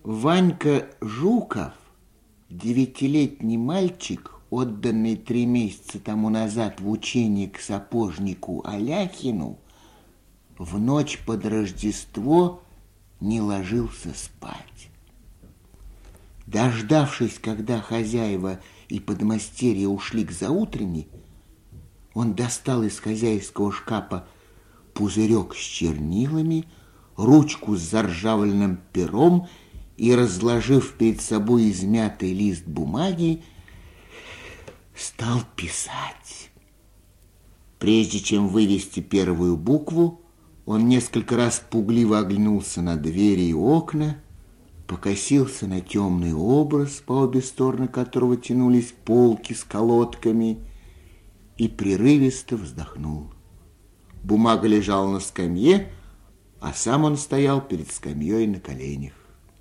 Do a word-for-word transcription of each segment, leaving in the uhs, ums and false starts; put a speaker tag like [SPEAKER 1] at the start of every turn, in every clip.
[SPEAKER 1] Ванька Жуков, девятилетний мальчик, отданный три месяца тому назад в учение к сапожнику Аляхину, в ночь под Рождество не ложился спать. Дождавшись, когда хозяева и подмастерья ушли к заутренне, он достал из хозяйского шкафа пузырек с чернилами, ручку с заржавленным пером и, разложив перед собой измятый лист бумаги, стал писать. Прежде чем вывести первую букву, он несколько раз пугливо оглянулся на двери и окна, покосился на темный образ, по обе стороны которого тянулись полки с колодками, и прерывисто вздохнул. Бумага лежала на скамье, а сам он стоял перед скамьей на коленях.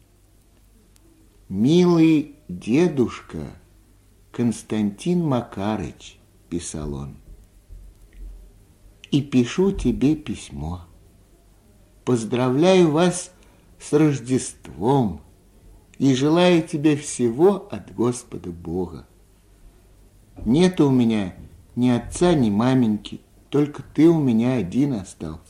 [SPEAKER 1] «Милый дедушка Константин Макарыч», — писал он, — «и пишу тебе письмо. Поздравляю вас с Рождеством и желаю тебе всего от Господа Бога. Нет у меня ни отца, ни маменьки, только ты у меня один остался».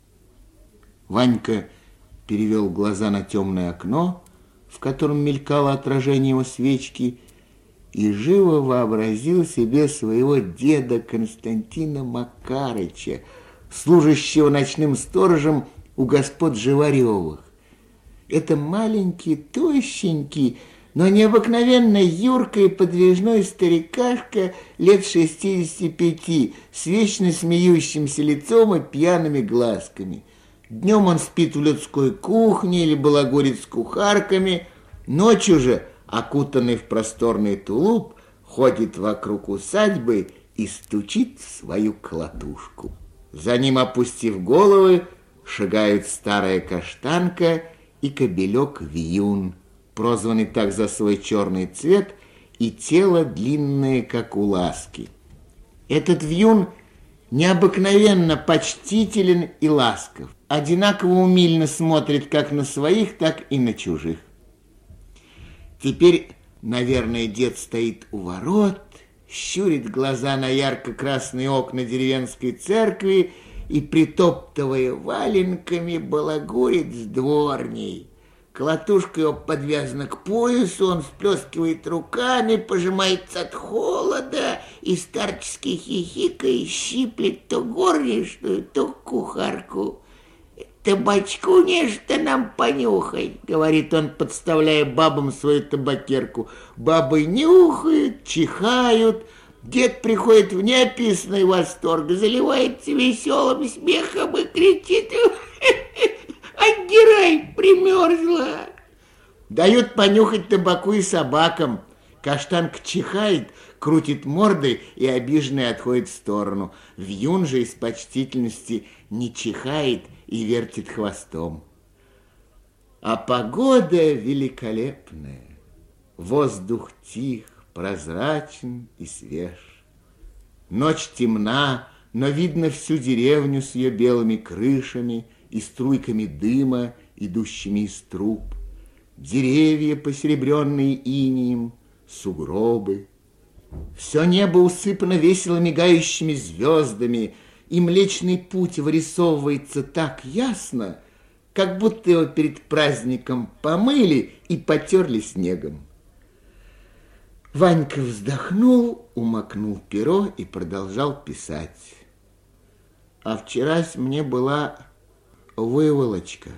[SPEAKER 1] Ванька перевел глаза на темное окно, в котором мелькало отражение его свечки, и живо вообразил себе своего деда Константина Макарыча, служащего ночным сторожем у господ Живаревых. Это маленький, тощенький, но необыкновенно юркий и подвижной старикашка лет шестидесяти пяти, с вечно смеющимся лицом и пьяными глазками. Днем он спит в людской кухне или балагурит с кухарками, ночью же, окутанный в просторный тулуп, ходит вокруг усадьбы и стучит в свою колотушку. За ним, опустив головы, шагают старая каштанка и кобелек Вьюн, прозванный так за свой черный цвет и тело длинное, как у ласки. Этот Вьюн необыкновенно почтителен и ласков, одинаково умильно смотрит как на своих, так и на чужих. Теперь, наверное, дед стоит у ворот, щурит глаза на ярко-красные окна деревенской церкви и, притоптывая валенками, балагурит с дворней. Колотушка его подвязана к поясу, он всплескивает руками, пожимается от холода и старчески хихикая щиплет то горничную, то кухарку. «Табачку нечто нам понюхать», — говорит он, подставляя бабам свою табакерку. Бабы нюхают, чихают. Дед приходит в неописанный восторг, заливается веселым смехом и кричит: «Отдирай, примерзла!» Дают понюхать табаку и собакам. Каштанка чихает, крутит мордой и обиженный отходит в сторону. Вьюн же из почтительности не чихает и вертит хвостом. А погода великолепная. Воздух тих, прозрачен и свеж. Ночь темна, но видно всю деревню с ее белыми крышами и струйками дыма, идущими из труб. Деревья, посеребренные инеем, сугробы. Все небо усыпано весело мигающими звездами, и Млечный Путь вырисовывается так ясно, как будто его перед праздником помыли и потерли снегом. Ванька вздохнул, умокнул перо и продолжал писать. А вчерась мне была выволочка.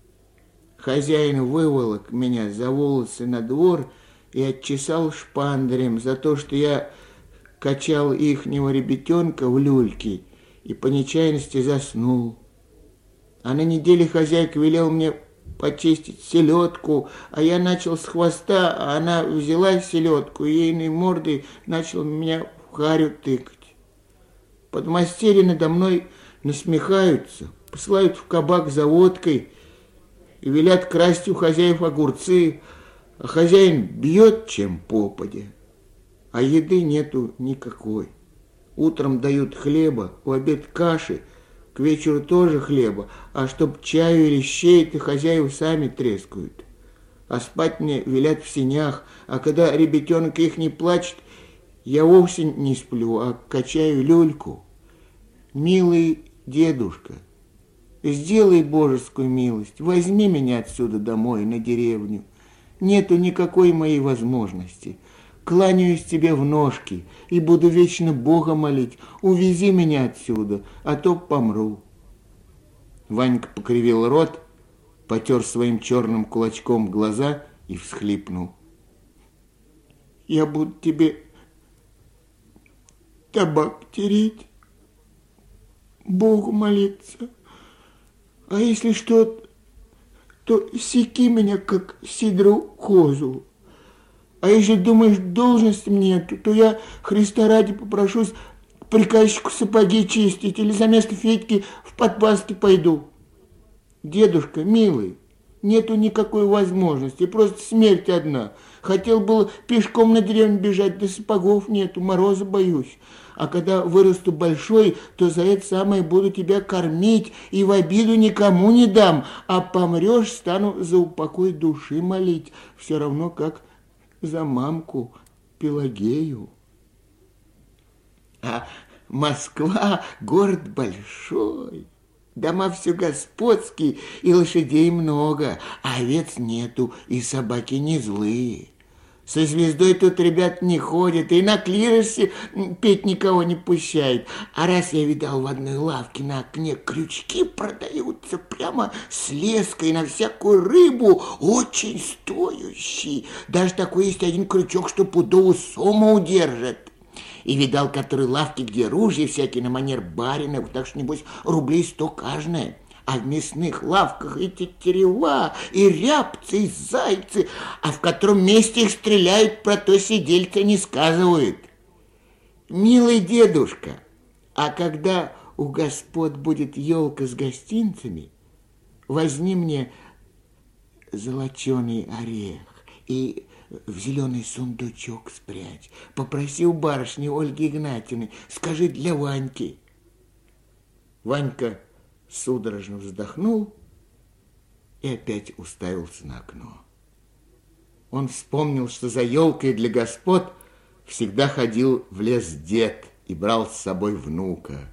[SPEAKER 1] Хозяин выволок меня за волосы на двор и отчесал шпандарем за то, что я качал ихнего ребятенка в люльке и по нечаянности заснул. А на неделе хозяйка велел мне почистить селедку, а я начал с хвоста, а она взяла селедку и ейной мордой начала меня в харю тыкать. Подмастерья надо мной насмехаются, посылают в кабак за водкой и велят красть у хозяев огурцы, а хозяин бьет, чем попадя, а еды нету никакой. Утром дают хлеба, в обед каши, к вечеру тоже хлеба, а чтоб чаю или щей, то хозяева сами трескают. а спать мне велят в сенях, а когда ребятенок их не плачет, я вовсе не сплю, а качаю люльку. Милый дедушка, сделай божескую милость, возьми меня отсюда домой, на деревню. Нету никакой моей возможности. Кланяюсь тебе в ножки и буду вечно Бога молить. Увези меня отсюда, а то помру. Ванька покривил рот, потер своим черным кулачком глаза и всхлипнул. Я буду тебе табак тереть, Богу молиться. А если что, то секи меня, как сидру козу. А если думаешь, должности мне, то, то я Христа ради попрошусь к приказчику сапоги чистить или за место Федьки в подпаски пойду. Дедушка, милый, нету никакой возможности, просто смерть одна. Хотел было пешком на деревню бежать, да сапогов нету, мороза боюсь. А когда вырасту большой, то за это самое буду тебя кормить и в обиду никому не дам. А помрешь, стану за упокой души молить, все равно как за мамку Пелагею. А Москва город большой. Дома все господские, и лошадей много, а овец нету, и собаки не злые. Со звездой тут ребят не ходят, и на клиросе петь никого не пущает. А раз я видал в одной лавке на окне крючки продаются прямо с леской на всякую рыбу, очень стоящие. Даже такой есть один крючок, что пудовую сому удержит. И видал, которые лавки, где ружья всякие на манер баринов, так что, небось, рублей сто каждая. А в мясных лавках и тетерева, и рябцы, и зайцы, а в котором месте их стреляют, про то сидельца не сказывают. Милый дедушка, а когда у господ будет елка с гостинцами, возьми мне золоченый орех и в зеленый сундучок спрячь. Попроси у барышни Ольги Игнатьевны, скажи для Ваньки. Ванька судорожно вздохнул и опять уставился на окно. Он вспомнил, что за елкой для господ всегда ходил в лес дед и брал с собой внука.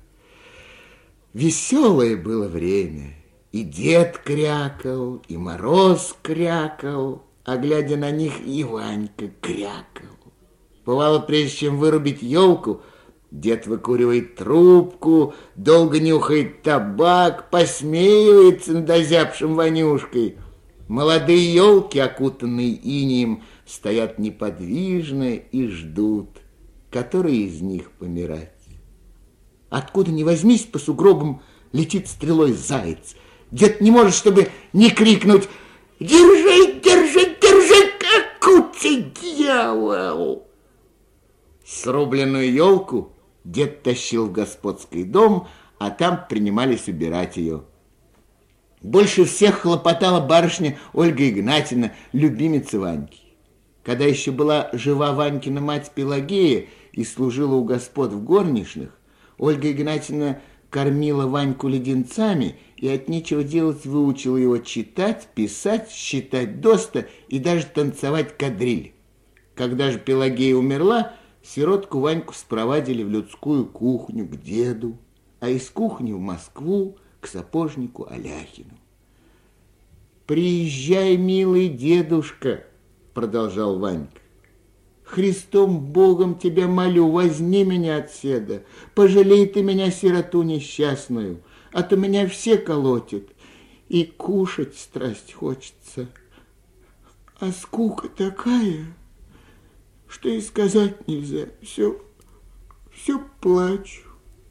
[SPEAKER 1] Веселое было время. И дед крякал, и мороз крякал, а глядя на них, и Ванька крякал. Бывало, прежде чем вырубить елку, дед выкуривает трубку, долго нюхает табак, посмеивается над озябшим Ванюшкой. Молодые елки, окутанные инеем, стоят неподвижно и ждут, который из них помирать. Откуда ни возьмись, по сугробам летит стрелой заяц. Дед не может, чтобы не крикнуть: «Держи, держи, держи, какучий дьявол!» Срубленную елку дед тащил в господский дом, а там принимались убирать ее. Больше всех хлопотала барышня Ольга Игнатьевна, любимица Ваньки. Когда еще была жива Ванькина мать Пелагея и служила у господ в горничных, Ольга Игнатьевна кормила Ваньку леденцами и от нечего делать выучила его читать, писать, считать доста и даже танцевать кадриль. Когда же Пелагея умерла, сиротку Ваньку спровадили в людскую кухню к деду, а из кухни в Москву к сапожнику Аляхину. «Приезжай, милый дедушка», — продолжал Ванька. «Христом Богом тебя молю, возьми меня отседа, пожалей ты меня, сироту несчастную, а то меня все колотят, и кушать страсть хочется. А скука такая, что и сказать нельзя, все, все плачу».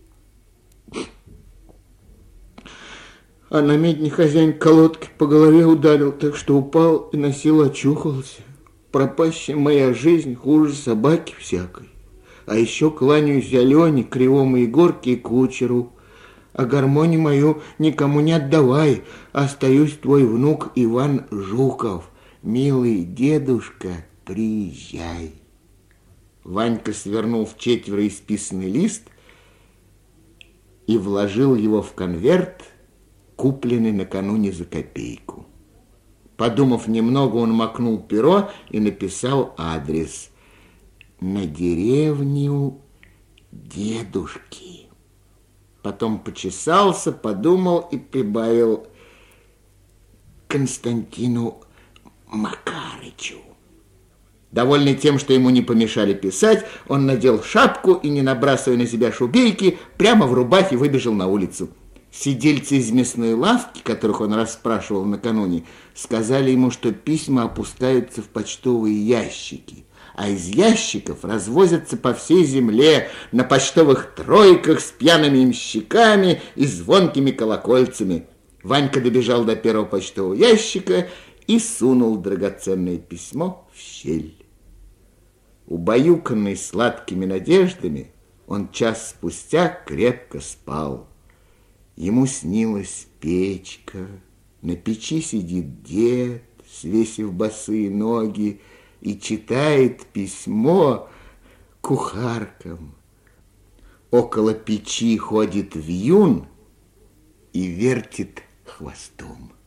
[SPEAKER 1] А на медне хозяин колодки по голове ударил, так что упал и на силу очухался. Пропащая моя жизнь хуже собаки всякой. А еще кланяюсь Алене, кривому Егорке и кучеру. А гармонию мою никому не отдавай. Остаюсь твой внук Иван Жуков. Милый дедушка, приезжай. Ванька свернул в четверо исписанный лист и вложил его в конверт, купленный накануне за копейку. Подумав немного, он макнул перо и написал адрес: на деревню дедушки. Потом почесался, подумал и прибавил: Константину Макарычу. Довольный тем, что ему не помешали писать, он надел шапку и, не набрасывая на себя шубейки, прямо в рубахе выбежал на улицу. Сидельцы из мясной лавки, которых он расспрашивал накануне, сказали ему, что письма опускаются в почтовые ящики, а из ящиков развозятся по всей земле на почтовых тройках с пьяными имщиками и звонкими колокольцами. Ванька добежал до первого почтового ящика и сунул драгоценное письмо в щель. Убаюканный сладкими надеждами, он час спустя крепко спал. Ему снилась печка, на печи сидит дед, свесив босые ноги, и читает письмо кухаркам. Около печи ходит вьюн и вертит хвостом.